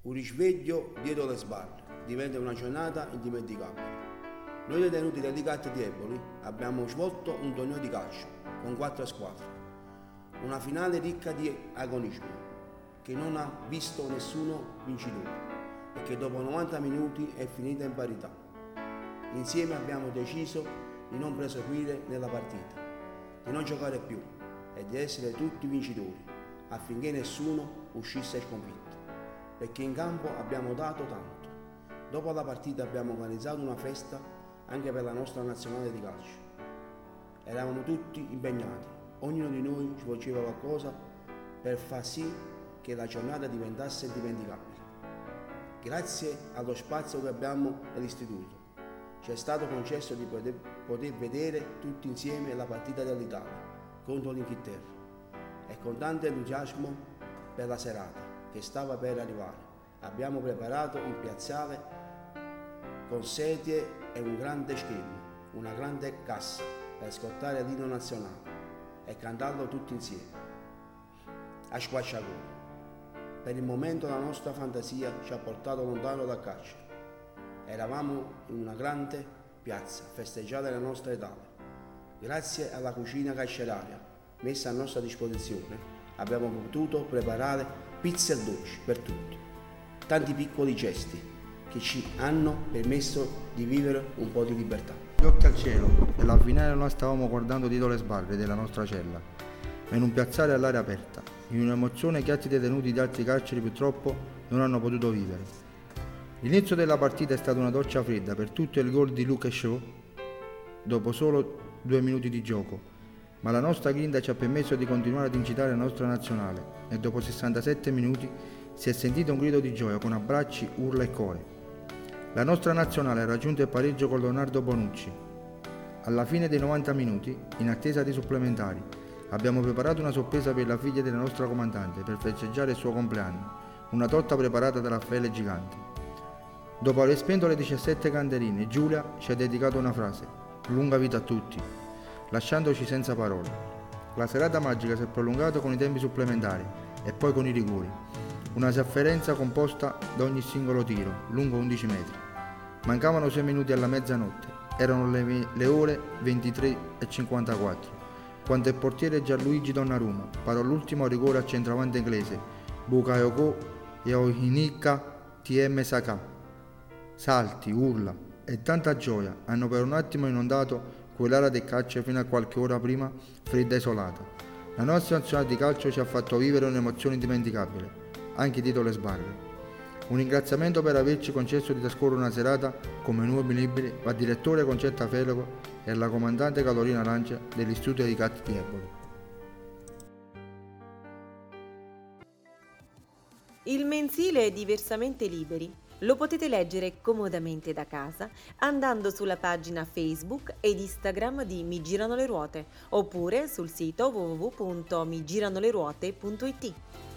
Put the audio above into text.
Un risveglio dietro le sbarre diventa una giornata indimenticabile. Noi detenuti degli Cat di Eboli abbiamo svolto un torneo di calcio con 4 squadre, una finale ricca di agonismo che non ha visto nessuno vincitore e che dopo 90 minuti è finita in parità. Insieme abbiamo deciso di non proseguire nella partita, di non giocare più e di essere tutti vincitori affinché nessuno uscisse sconfitto, perché in campo abbiamo dato tanto. Dopo la partita abbiamo organizzato una festa anche per la nostra nazionale di calcio. Eravamo tutti impegnati, ognuno di noi svolgeva qualcosa per far sì che la giornata diventasse indimenticabile. Grazie allo spazio che abbiamo nell'istituto ci è stato concesso di poter vedere tutti insieme la partita dell'Italia contro l'Inghilterra e con tanto entusiasmo per la serata che stava per arrivare abbiamo preparato il piazzale con sedie e un grande schermo, una grande cassa per ascoltare l'inno nazionale e cantarlo tutti insieme a squarciagola. Per il momento la nostra fantasia ci ha portato lontano dal carcere. Eravamo in una grande piazza a festeggiare la nostra età. Grazie alla cucina carceraria messa a nostra disposizione abbiamo potuto preparare pizze e dolci per tutti. Tanti piccoli gesti che ci hanno permesso di vivere un po' di libertà. Gli occhi al cielo e alla finale noi stavamo guardando dietro le sbarre della nostra cella, ma in un piazzale all'aria aperta, in un'emozione che altri detenuti di altri carceri purtroppo non hanno potuto vivere. L'inizio della partita è stata una doccia fredda per tutto il gol di Luke Shaw dopo solo 2 minuti di gioco, ma la nostra grinta ci ha permesso di continuare ad incitare la nostra nazionale e dopo 67 minuti si è sentito un grido di gioia con abbracci, urla e core. La nostra nazionale ha raggiunto il pareggio con Leonardo Bonucci. Alla fine dei 90 minuti, in attesa dei supplementari, abbiamo preparato una sorpresa per la figlia della nostra comandante per festeggiare il suo compleanno, una torta preparata da Raffaele Gigante. Dopo aver spento le 17 candeline, Giulia ci ha dedicato una frase: lunga vita a tutti, lasciandoci senza parole. La serata magica si è prolungata con i tempi supplementari e poi con i rigori, una sofferenza composta da ogni singolo tiro, lungo 11 metri. Mancavano 6 minuti alla mezzanotte, erano le ore 23:54, quando il portiere Gianluigi Donnarumma parò l'ultimo rigore al centravanti inglese, Bakayoko Yoshihika TM Saka. Salti, urla e tanta gioia hanno per un attimo inondato quell'area del calcio fino a qualche ora prima fredda e isolata. La nostra nazionale di calcio ci ha fatto vivere un'emozione indimenticabile, anche dietro le sbarre. Un ringraziamento per averci concesso di trascorrere una serata come nuovi libri al direttore Concetta Felego e alla comandante Carolina Lancia dell'Istituto dei Cat di Eboli. Il mensile Diversamente Liberi lo potete leggere comodamente da casa andando sulla pagina Facebook ed Instagram di Mi Girano le Ruote oppure sul sito www.migiranoleruote.it.